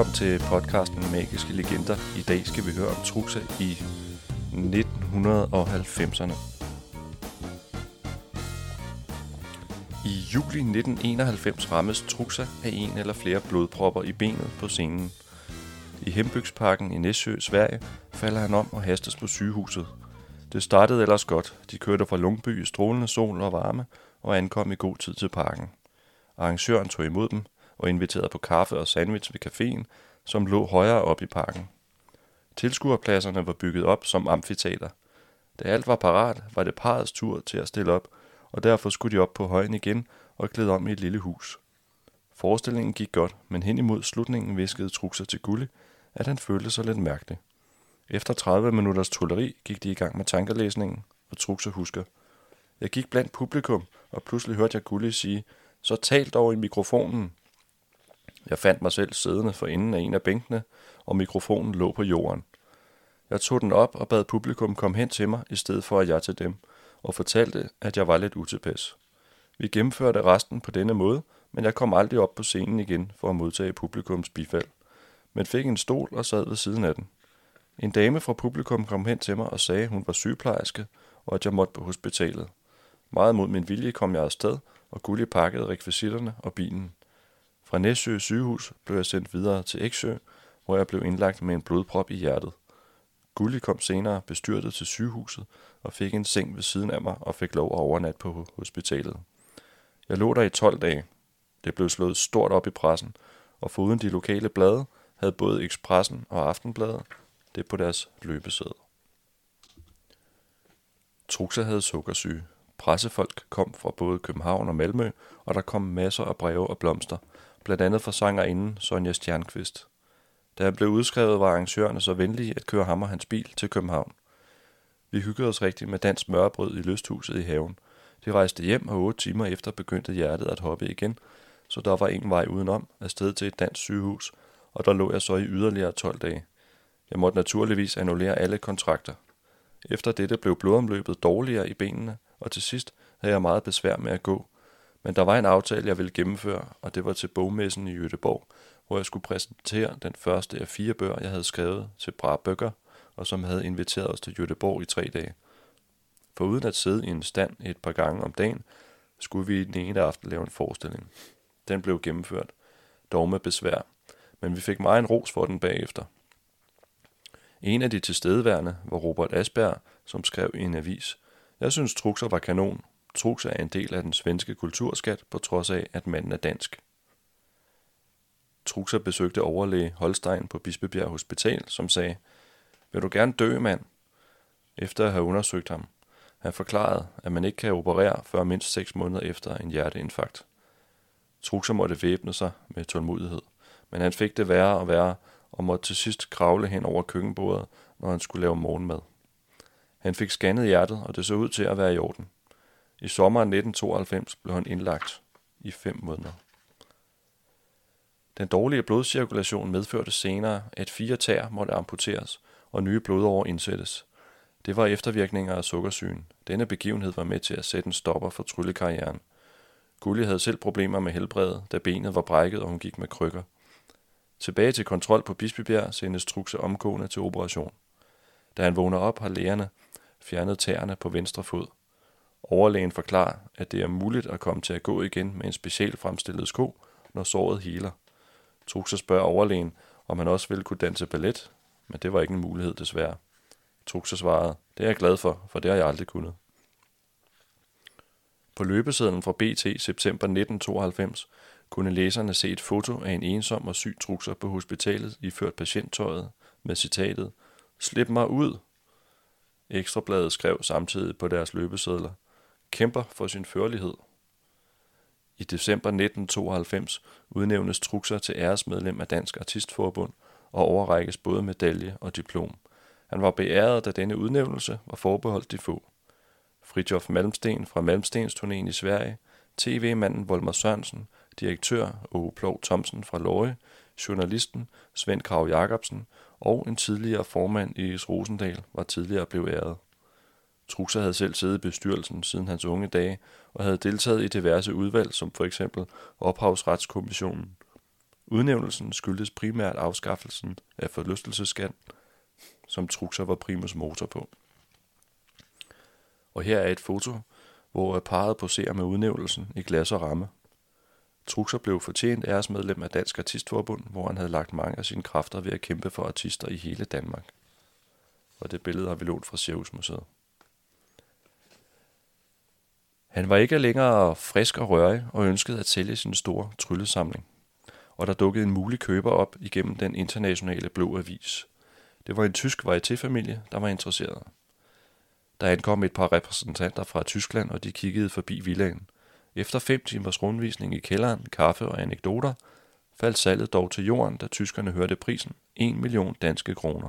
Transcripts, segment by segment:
Velkommen til podcasten Magiske Legender. I dag skal vi høre om Truxa i 1990'erne. I juli 1991 rammes Truxa af en eller flere blodpropper i benet på scenen. I Hembygdsparken i Næssjø, Sverige, falder han om og hastes på sygehuset. Det startede ellers godt. De kørte fra Lundby i strålende sol og varme og ankom i god tid til parken. Arrangøren tog imod dem og inviterede på kaffe og sandwich ved caféen, som lå højere op i parken. Tilskuerpladserne var bygget op som amfiteater. Da alt var parat, var det parrets tur til at stille op, og derfor skulle de op på højen igen og klæde om i et lille hus. Forestillingen gik godt, men hen imod slutningen viskede Truxa til Gulli, at han følte sig lidt mærkelig. Efter 30 minutters trylleri gik de i gang med tankelæsningen, og Truxa husker: Jeg gik blandt publikum, og pludselig hørte jeg Gulli sige: Så tal dog i mikrofonen. Jeg fandt mig selv siddende for enden af en af bænkene, og mikrofonen lå på jorden. Jeg tog den op og bad publikum komme hen til mig, i stedet for at jeg til dem, og fortalte, at jeg var lidt utilpas. Vi gennemførte resten på denne måde, men jeg kom aldrig op på scenen igen for at modtage publikums bifald, men fik en stol og sad ved siden af den. En dame fra publikum kom hen til mig og sagde, at hun var sygeplejerske, og at jeg måtte på hospitalet. Meget mod min vilje kom jeg afsted, og Gulli pakkede rekvisitterne og bilen. Fra Næssjø sygehus blev jeg sendt videre til Eksjø, hvor jeg blev indlagt med en blodprop i hjertet. Gulli kom senere bestyrtet til sygehuset og fik en seng ved siden af mig og fik lov at overnatte på hospitalet. Jeg lå der i 12 dage. Det blev slået stort op i pressen, og foruden de lokale blade havde både Expressen og Aftenbladet det på deres løbesæde. Truxa havde sukkersyge. Pressefolk kom fra både København og Malmø, og der kom masser af breve og blomster, blandt andet fra sangerinden Sonja Stjernquist. Da han blev udskrevet, var arrangørerne så venlige at køre ham og hans bil til København. Vi hyggede os rigtigt med dansk smørrebrød i lysthuset i haven. De rejste hjem, og 8 timer efter begyndte hjertet at hoppe igen, så der var ingen vej udenom, afsted til et dansk sygehus, og der lå jeg så i yderligere 12 dage. Jeg måtte naturligvis annullere alle kontrakter. Efter dette blev blodomløbet dårligere i benene, og til sidst havde jeg meget besvær med at gå. Men der var en aftale, jeg ville gennemføre, og det var til bogmessen i Göteborg, hvor jeg skulle præsentere den første af 4 bøger, jeg havde skrevet til Bra Bøger, og som havde inviteret os til Göteborg i 3 dage. For uden at sidde i en stand et par gange om dagen, skulle vi i den ene aften lave en forestilling. Den blev gennemført, dog med besvær, men vi fik meget en ros for den bagefter. En af de tilstedeværende var Robert Asberg, som skrev i en avis: Jeg synes, Truxa var kanon. Truxa er en del af den svenske kulturskat, på trods af, at manden er dansk. Truxa besøgte overlæge Holstein på Bispebjerg Hospital, som sagde: Vil du gerne dø, mand? Efter at have undersøgt ham. Han forklarede, at man ikke kan operere før mindst 6 måneder efter en hjerteinfarkt. Truxa måtte væbne sig med tålmodighed, men han fik det værre og værre, og måtte til sidst kravle hen over køkkenbordet, når han skulle lave morgenmad. Han fik scannet hjertet, og det så ud til at være i orden. I sommeren 1992 blev han indlagt i 5 måneder. Den dårlige blodcirkulation medførte senere, at 4 tæer måtte amputeres, og nye blodårer indsættes. Det var eftervirkninger af sukkersygen. Denne begivenhed var med til at sætte en stopper for tryllekarrieren. Gulli havde selv problemer med helbredet, da benet var brækket, og hun gik med krykker. Tilbage til kontrol på Bispebjerg sendes Truxa omgående til operation. Da han vågner op, har lægerne fjernet tæerne på venstre fod. Overlægen forklarer, at det er muligt at komme til at gå igen med en specielt fremstillet sko, når såret heler. Truxa spørger overlægen, om han også ville kunne danse ballet, men det var ikke en mulighed desværre. Truxa svarede: Det er jeg glad for det har jeg aldrig kunnet. På løbesedlen fra BT september 1992 kunne læserne se et foto af en ensom og syg Truxa på hospitalet iført patienttøjet med citatet: Slip mig ud! Ekstrabladet skrev samtidig på deres løbesedler: Kæmper for sin førlighed. I december 1992 udnævnes Truxa til æresmedlem af Dansk Artistforbund og overrækkes både medalje og diplom. Han var beæret, da denne udnævnelse var forbeholdt de få. Fridtjof Malmsten fra Malmstensturnéen i Sverige, tv-manden Volmer Sørensen, direktør Åge Ploug Thomsen fra Lorge, journalisten Svend Krag Jacobsen og en tidligere formand Iris Rosendal var tidligere blevet æret. Truxa havde selv siddet i bestyrelsen siden hans unge dage og havde deltaget i diverse udvalg, som for eksempel Ophavsretskommissionen. Udnævnelsen skyldtes primært afskaffelsen af forlystelsesskatten, som Truxa var primus motor på. Og her er et foto, hvor parret poserer med udnævnelsen i glas og ramme. Truxa blev fortjent æresmedlem af Dansk Artistforbund, hvor han havde lagt mange af sine kræfter ved at kæmpe for artister i hele Danmark. Og det billede har vi lånt fra Cirkusmuseet. Han var ikke længere frisk og rørig og ønskede at sælge sin store tryllesamling. Og der dukkede en mulig køber op igennem den internationale Blå Avis. Det var en tysk varietéfamilie, der var interesseret. Der ankom et par repræsentanter fra Tyskland, og de kiggede forbi villaen. Efter 5 timers rundvisning i kælderen, kaffe og anekdoter, faldt salget dog til jorden, da tyskerne hørte prisen 1 million danske kroner.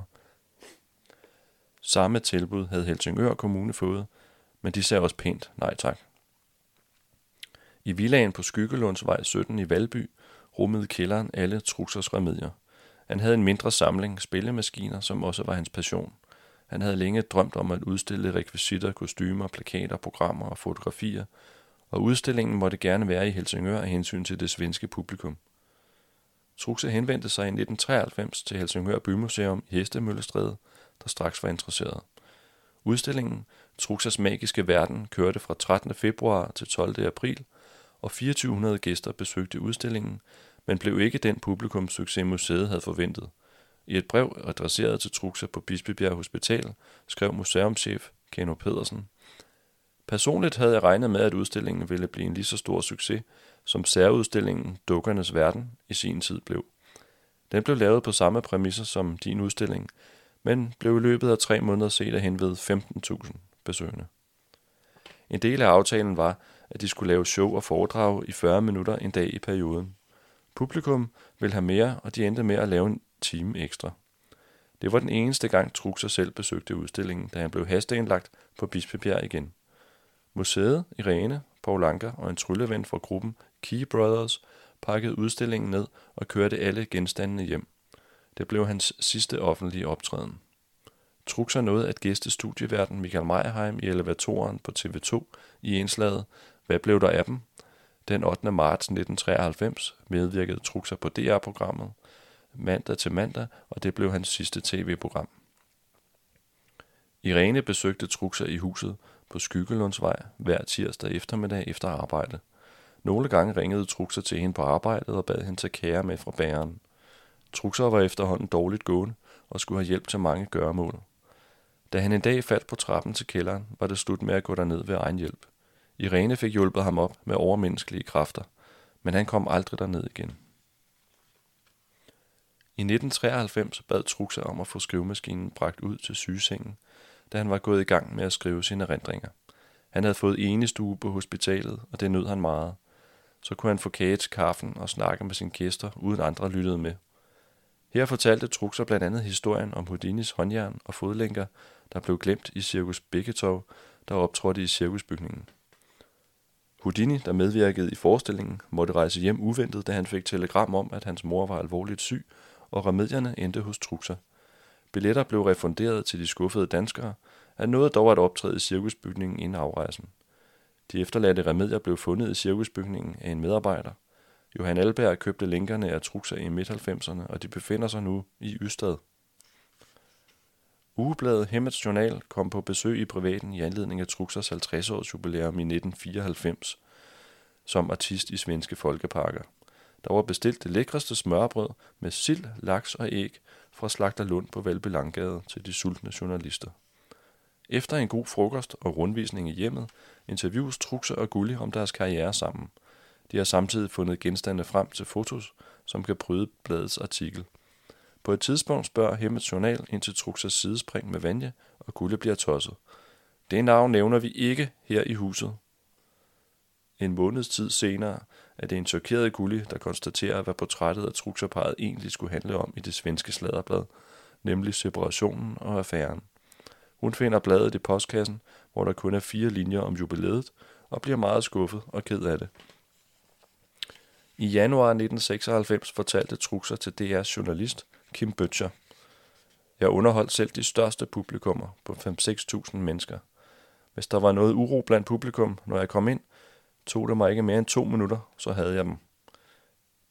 Samme tilbud havde Helsingør Kommune fået, men de sagde også pænt nej tak. I villaen på Skyggelundsvej 17 i Valby rummede kælderen alle Truxas remedier. Han havde en mindre samling spillemaskiner, som også var hans passion. Han havde længe drømt om at udstille rekvisitter, kostymer, plakater, programmer og fotografier, og udstillingen måtte gerne være i Helsingør af hensyn til det svenske publikum. Truxa henvendte sig i 1993 til Helsingør Bymuseum i Hestemøllestræde, der straks var interesseret. Udstillingen, Truxas magiske verden, kørte fra 13. februar til 12. april, og 2400 gæster besøgte udstillingen, men blev ikke den publikumssucces museet havde forventet. I et brev adresseret til Truxa på Bispebjerg Hospital skrev museumschef Kenno Pedersen: Personligt havde jeg regnet med, at udstillingen ville blive en lige så stor succes, som særudstillingen Dukkernes Verden i sin tid blev. Den blev lavet på samme præmisser som din udstilling, men blev i løbet af 3 måneder set af henved 15.000 besøgende. En del af aftalen var, at de skulle lave show og foredrag i 40 minutter en dag i perioden. Publikum ville have mere, og de endte med at lave en time ekstra. Det var den eneste gang Truxa selv besøgte udstillingen, da han blev hasteindlagt på Bispebjerg igen. Museet, Irene, Paul Anker og en trylleven fra gruppen Key Brothers pakkede udstillingen ned og kørte alle genstandene hjem. Det blev hans sidste offentlige optræden. Truxa nåede at gæste studieverden Michael Meyerheim i elevatoren på TV2 i indslaget Hvad blev der af dem? Den 8. marts 1993 medvirkede Truxa på DR-programmet Mandag til mandag, og det blev hans sidste tv-program. Irene besøgte Truxa i huset på Skyggelundsvej hver tirsdag eftermiddag efter arbejde. Nogle gange ringede Truxa til hende på arbejdet og bad hende tage kager med fra bageren. Truxa var efterhånden dårligt gående og skulle have hjælp til mange gøremål. Da han en dag faldt på trappen til kælderen, var det slut med at gå derned ved egen hjælp. Irene fik hjulpet ham op med overmenneskelige kræfter, men han kom aldrig derned igen. I 1993 bad Truxa om at få skrivemaskinen bragt ud til sygesengen, da han var gået i gang med at skrive sine erindringer. Han havde fået enestue på hospitalet, og det nød han meget. Så kunne han få kage til kaffen og snakke med sine gæster, uden andre lyttede med. Her fortalte Truxa blandt andet historien om Houdinis håndjern og fodlænker, der blev glemt i Cirkus Bækketov, der optrådte i cirkusbygningen. Houdini, der medvirkede i forestillingen, måtte rejse hjem uventet, da han fik telegram om, at hans mor var alvorligt syg, og remedierne endte hos Truxa. Billetter blev refunderet til de skuffede danskere, han nåede dog at optræde i cirkusbygningen inden afrejsen. De efterladte remedier blev fundet i cirkusbygningen af en medarbejder. Johan Alberg købte linkerne af Truxa i midt-90'erne, og de befinder sig nu i Ystad. Ugebladet Hemmets Journal kom på besøg i privaten i anledning af Truxas 50-års jubilæum i 1994 som artist i svenske folkeparker. Der var bestilt det lækreste smørbrød med sild, laks og æg fra Slagter Lund på Valby Langgade til de sultne journalister. Efter en god frokost og rundvisning i hjemmet, interviews Truxa og Gulli om deres karriere sammen. De har samtidig fundet genstande frem til fotos, som kan bryde bladets artikel. På et tidspunkt spørger Hemmets Journal ind til Truxas sidespring med Vanja, og Gulli bliver tosset. Det navn nævner vi ikke her i huset. En måneds tid senere er det en chokeret Gulli, der konstaterer, hvad portrættet af Truxa-parret egentlig skulle handle om i det svenske sladderblad, nemlig separationen og affæren. Hun finder bladet i postkassen, hvor der kun er 4 linjer om jubilæet, og bliver meget skuffet og ked af det. I januar 1996 fortalte Truxa til DR's journalist Kim Bøtcher: Jeg underholdt selv de største publikummer på 5-6.000 mennesker. Hvis der var noget uro blandt publikum, når jeg kom ind, tog det mig ikke mere end 2 minutter, så havde jeg dem.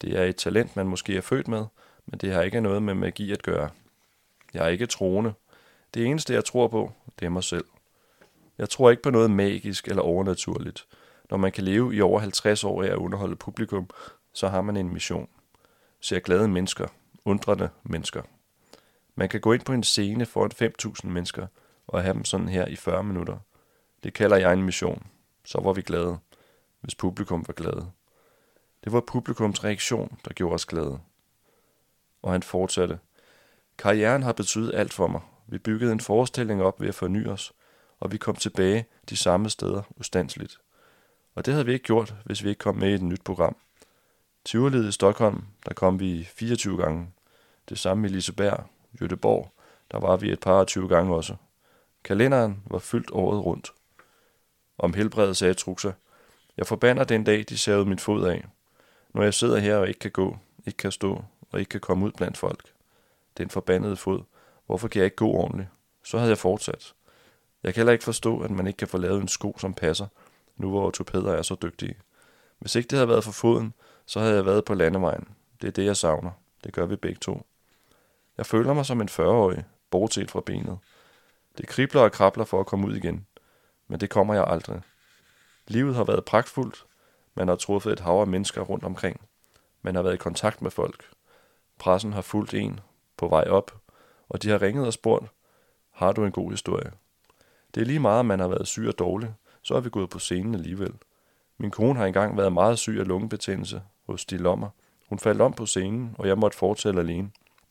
Det er et talent, man måske er født med, men det har ikke noget med magi at gøre. Jeg er ikke troende. Det eneste, jeg tror på, det er mig selv. Jeg tror ikke på noget magisk eller overnaturligt. Når man kan leve i over 50 år af at underholde publikum, så har man en mission. Ser glade mennesker, undrende mennesker. Man kan gå ind på en scene foran 5.000 mennesker og have dem sådan her i 40 minutter. Det kalder jeg en mission. Så var vi glade, hvis publikum var glade. Det var publikums reaktion, der gjorde os glade. Og han fortsatte. Karrieren har betydet alt for mig. Vi byggede en forestilling op ved at forny os, og vi kom tilbage de samme steder ustandsligt. Og det havde vi ikke gjort, hvis vi ikke kom med i et nyt program. Tivoliet i Stockholm, der kom vi 24 gange. Det samme i Liseberg, Göteborg, der var vi et par 20 gange også. Kalenderen var fyldt året rundt. Om helbredet sagde Truxa, jeg forbander den dag, de savede min fod af. Når jeg sidder her og ikke kan gå, ikke kan stå og ikke kan komme ud blandt folk. Den forbandede fod, hvorfor kan jeg ikke gå ordentligt? Så havde jeg fortsat. Jeg kan heller ikke forstå, at man ikke kan få lavet en sko, som passer, nu hvor ortopæder er så dygtige. Hvis ikke det havde været for foden, så havde jeg været på landevejen. Det er det, jeg savner. Det gør vi begge to. Jeg føler mig som en 40-årig, bortset fra benet. Det kribler og krabler for at komme ud igen. Men det kommer jeg aldrig. Livet har været pragtfuldt. Man har truffet et hav af mennesker rundt omkring. Man har været i kontakt med folk. Pressen har fulgt en på vej op, og de har ringet og spurgt, har du en god historie? Det er lige meget, at man har været syg og dårlig, så er vi gået på scenen alligevel. Min kone har engang været meget syg af lungebetændelse hos Stig Lommer. Hun faldt om på scenen, og jeg måtte fortælle alene.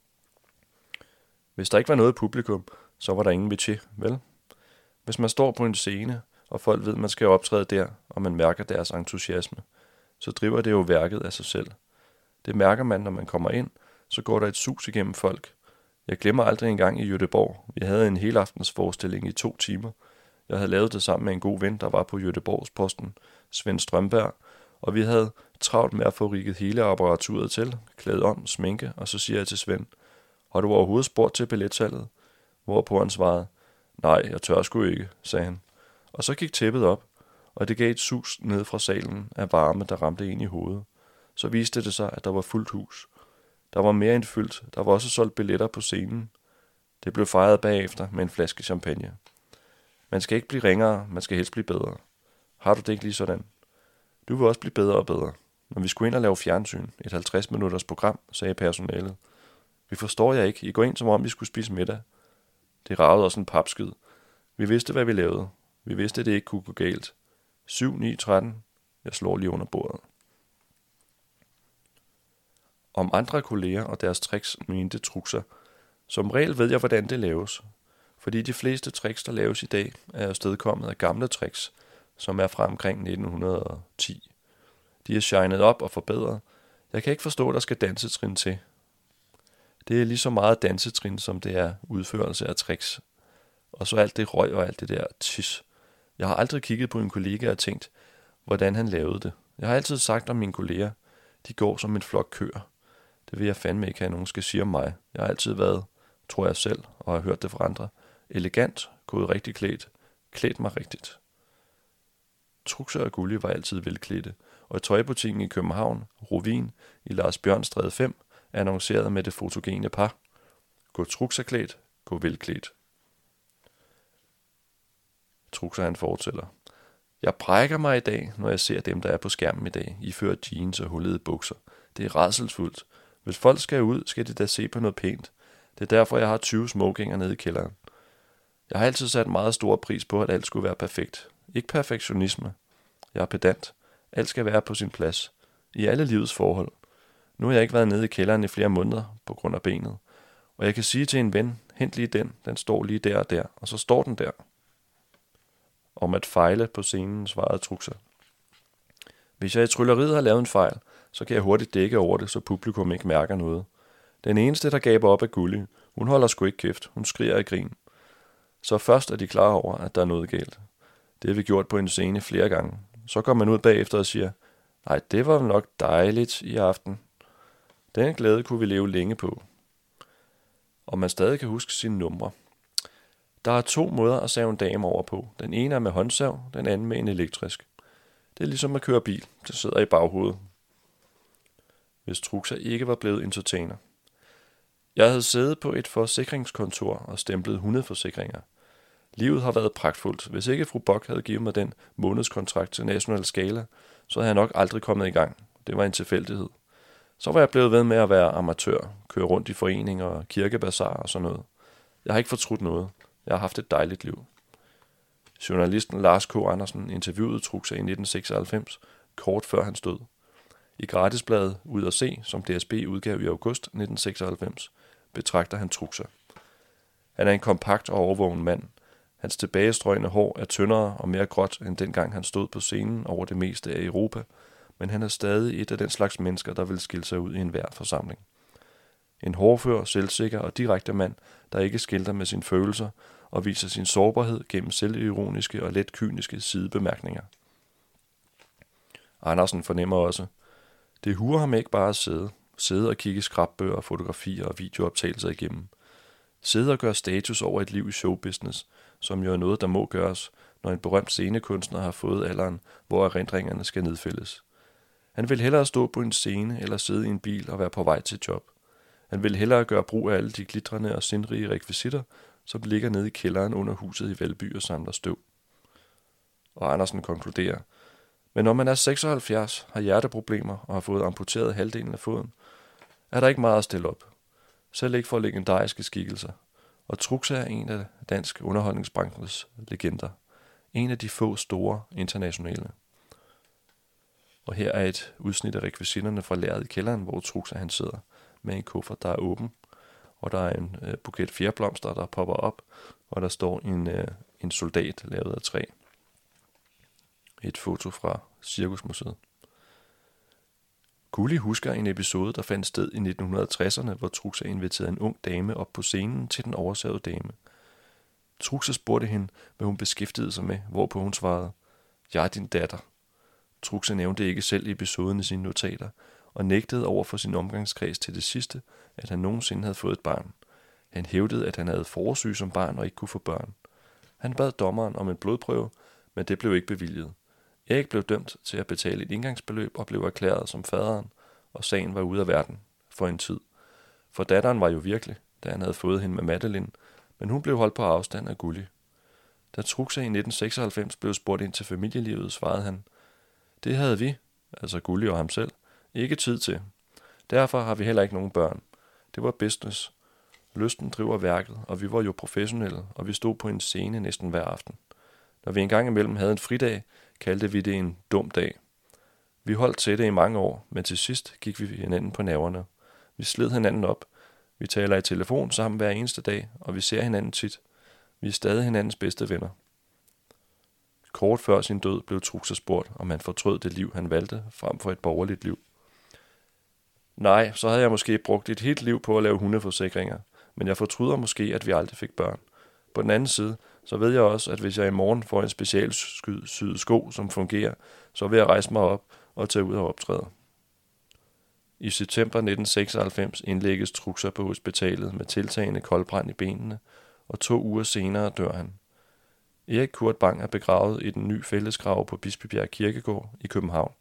Hvis der ikke var noget publikum, så var der ingen métier, vel? Hvis man står på en scene, og folk ved, at man skal optræde der, og man mærker deres entusiasme, så driver det jo værket af sig selv. Det mærker man, når man kommer ind, så går der et sus igennem folk. Jeg glemmer aldrig en gang i Göteborg. Vi havde en helaftens forestilling i 2 timer. Jeg havde lavet det sammen med en god ven, der var på Göteborgs-Posten, Svend Strømberg, og vi havde travlt med at få rigget hele apparaturet til, klædt om, sminke, og så siger jeg til Svend, har du overhovedet spurgt til billetsalget? Hvorpå han svarede, nej, jeg tør sgu ikke, sagde han. Og så gik tæppet op, og det gav et sus ned fra salen af varme, der ramte ind i hovedet. Så viste det sig, at der var fuldt hus. Der var mere end fyldt. Der var også solgt billetter på scenen. Det blev fejret bagefter med en flaske champagne. Man skal ikke blive ringere, man skal helst blive bedre. Har du det ikke lige sådan? Du vil også blive bedre og bedre. Når vi skulle ind og lave fjernsyn, et 50-minutters program, sagde personalet. Vi forstår jer ikke. I går ind, som om vi skulle spise middag. Det ragede også en papskid. Vi vidste, hvad vi lavede. Vi vidste, at det ikke kunne gå galt. 7, 9, 13. Jeg slår lige under bordet. Om andre kolleger og deres tricks mente Truxa. Som regel ved jeg, hvordan det laves. Fordi de fleste tricks, der laves i dag, er afstedkommet af gamle tricks, som er fra omkring 1910. De er shined op og forbedret. Jeg kan ikke forstå, at der skal dansetrin til. Det er lige så meget dansetrin, som det er udførelse af tricks. Og så alt det røg og alt det der tis. Jeg har aldrig kigget på en kollega og tænkt, hvordan han lavede det. Jeg har altid sagt om mine kolleger, de går som en flok køer. Det vil jeg fandme ikke have, nogen skal sige om mig. Jeg har altid været, tror jeg selv, og har hørt det fra andre, elegant, gået rigtig klædt mig rigtigt. Truxa og Gulli var altid velklædte, og i tøjbutikken i København, Rovin, i Lars Bjørnstræde 5, annoncerede med det fotogene par. Gå Truxa-klædt, gå velklædt. Truxa han fortæller. Jeg brækker mig i dag, når jeg ser dem, der er på skærmen i dag, iført jeans og hullede bukser. Det er rædselsfuldt. Hvis folk skal ud, skal de da se på noget pænt. Det er derfor, jeg har 20 smokinger nede i kælderen. Jeg har altid sat meget stor pris på, at alt skulle være perfekt. Ikke perfektionisme. Jeg er pedant. Alt skal være på sin plads. I alle livets forhold. Nu har jeg ikke været nede i kælderen i flere måneder på grund af benet. Og jeg kan sige til en ven, hent lige den står lige der og der, og så står den der. Om at fejle på scenen, svarede Truxa. Hvis jeg i trylleriet har lavet en fejl, så kan jeg hurtigt dække over det, så publikum ikke mærker noget. Den eneste, der gaber op, er Gulli. Hun holder sgu ikke kæft. Hun skriger i grin. Så først er de klar over, at der er noget galt. Det har vi gjort på en scene flere gange. Så går man ud bagefter og siger, nej, det var nok dejligt i aften. Den glæde kunne vi leve længe på. Og man stadig kan huske sine numre. Der er 2 måder at save en dame over på. Den ene er med håndsav, den anden med en elektrisk. Det er ligesom at køre bil. Det sidder i baghovedet. hvis Truxa ikke var blevet entertainer. Jeg havde siddet på et forsikringskontor og stemplet hundeforsikringer. Livet har været pragtfuldt. Hvis ikke fru Bock havde givet mig den månedskontrakt til National Scala, så havde jeg nok aldrig kommet i gang. Det var en tilfældighed. Så var jeg blevet ved med at være amatør, køre rundt i foreninger, kirkebazaar og sådan noget. Jeg har ikke fortrudt noget. Jeg har haft et dejligt liv. Journalisten Lars K. Andersen interviewede Truxa i 1996, kort før han stod. I gratisbladet Ud at se, som DSB udgav i august 1996, betragter han Truxa. Han er en kompakt og overvågen mand. Hans tilbagestrøgende hår er tyndere og mere gråt, end dengang han stod på scenen over det meste af Europa, men han er stadig et af den slags mennesker, der vil skille sig ud i enhver forsamling. En hårdfør, selvsikker og direkte mand, der ikke skilter med sine følelser og viser sin sårbarhed gennem selvironiske og let kyniske sidebemærkninger. Andersen fornemmer også, det huer ham ikke bare at sidde og kigge skrabbøger, fotografier og videooptagelser igennem. Sidde og gøre status over et liv i showbusiness, som jo er noget, der må gøres, når en berømt scenekunstner har fået alderen, hvor erindringerne skal nedfældes. Han vil hellere stå på en scene eller sidde i en bil og være på vej til job. Han vil hellere gøre brug af alle de glitrende og sindrige rekvisitter, som ligger nede i kælderen under huset i Valby og samler støv. Og Andersen konkluderer, men når man er 76, har hjerteproblemer og har fået amputeret halvdelen af foden, er der ikke meget at stille op. Selv ikke for legendariske skikkelser. Og Truxa er en af dansk underholdningsbranchens legender. En af de få store internationale. Og her er et udsnit af rekvisitterne fra lærredet i kælderen, hvor Truxa han sidder med en kuffert, der er åben. Og der er en buket fjerblomster, der popper op, og der står en soldat lavet af træ. Et foto fra Cirkusmuseet. Gulli husker en episode, der fandt sted i 1960'erne, hvor Truxa inviterede en ung dame op på scenen til den oversavede dame. Truxa spurgte hende, hvad hun beskæftigede sig med, hvorpå hun svarede, jeg er din datter. Truxa nævnte ikke selv episoden i sine notater, og nægtede over for sin omgangskreds til det sidste, at han nogensinde havde fået et barn. Han hævdede, at han havde forsyge som barn og ikke kunne få børn. Han bad dommeren om en blodprøve, men det blev ikke bevilget. Erik blev dømt til at betale et indgangsbeløb og blev erklæret som faderen, og sagen var ude af verden for en tid. For datteren var jo virkelig, da han havde fået hende med Madeline, men hun blev holdt på afstand af Gulli. Da Truxa i 1996 blev spurgt ind til familielivet, svarede han, det havde vi, altså Gulli og ham selv, ikke tid til. Derfor har vi heller ikke nogen børn. Det var business. Lysten driver værket, og vi var jo professionelle, og vi stod på en scene næsten hver aften. Når vi engang imellem havde en fridag, kaldte vi det en dum dag. Vi holdt til det i mange år, men til sidst gik vi hinanden på nerverne. Vi sled hinanden op. Vi taler i telefon sammen hver eneste dag, og vi ser hinanden tit. Vi er stadig hinandens bedste venner. Kort før sin død blev Truxa spurgt, om han fortrød det liv, han valgte, frem for et borgerligt liv. Nej, så havde jeg måske brugt et helt liv på at lave hundeforsikringer, men jeg fortryder måske, at vi aldrig fik børn. På den anden side, så ved jeg også, at hvis jeg i morgen får en specialsyet sko, som fungerer, så vil jeg rejse mig op og tage ud og optræde. I september 1996 indlægges Truxa på hospitalet med tiltagende koldbrand i benene, og 2 uger senere dør han. Erik Kurt Bang er begravet i den nye fællesgrav på Bispebjerg Kirkegård i København.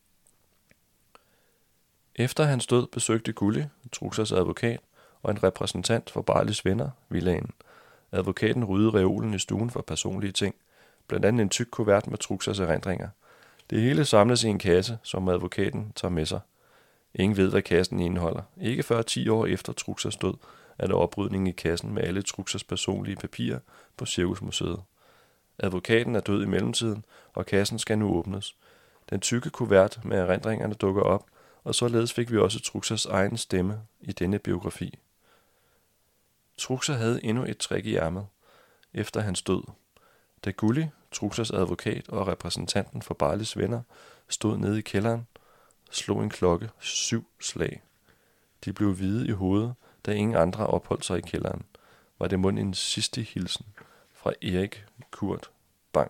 Efter hans død besøgte Gulli, Truxas advokat, og en repræsentant for Barlis venner, villaen. Advokaten ryddede reolen i stuen for personlige ting, blandt andet en tyk kuvert med Truxas erindringer. Det hele samles i en kasse, som advokaten tager med sig. Ingen ved, hvad kassen indeholder. Ikke før 10 år efter Truxas død er der oprydning i kassen med alle Truxas personlige papirer på Cirkusmuseet. Advokaten er død i mellemtiden, og kassen skal nu åbnes. Den tykke kuvert med erindringerne dukker op, og således fik vi også Truxas egen stemme i denne biografi. Truxa havde endnu et trick i ærmet, efter hans død. Da Gulli, Truxas advokat og repræsentanten for Barlis venner, stod nede i kælderen, slog en klokke 7 slag. De blev hvide i hovedet, da ingen andre opholdt sig i kælderen. Var det mon en sidste hilsen fra Erik Kurt Bang.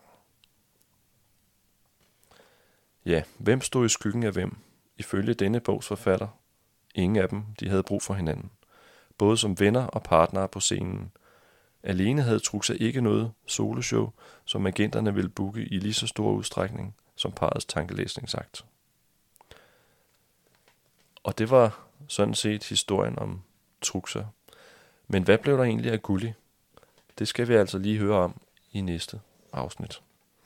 Ja, hvem stod i skyggen af hvem? Ifølge denne bogs forfatter, ingen af dem, de havde brug for hinanden. Både som venner og partnere på scenen. Alene havde Truxa ikke noget soloshow, som agenterne ville booke i lige så stor udstrækning som parrets tankelæsningsakt. Og det var sådan set historien om Truxa. Men hvad blev der egentlig af Gulli? Det skal vi altså lige høre om i næste afsnit.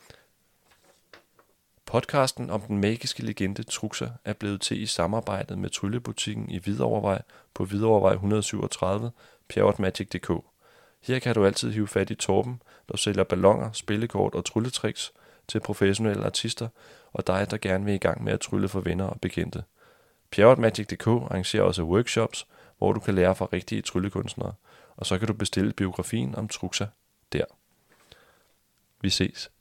Podcasten om den magiske legende Truxa er blevet til i samarbejdet med Tryllebutikken i Hvidovrevej på Hvidovrevej 137, pjerrotmagic.dk. Her kan du altid hive fat i Torben, der sælger balloner, spillekort og trylletricks til professionelle artister og dig, der gerne vil i gang med at trylle for venner og bekendte. pjerrotmagic.dk arrangerer også workshops, hvor du kan lære fra rigtige tryllekunstnere, og så kan du bestille biografien om Truxa der. Vi ses.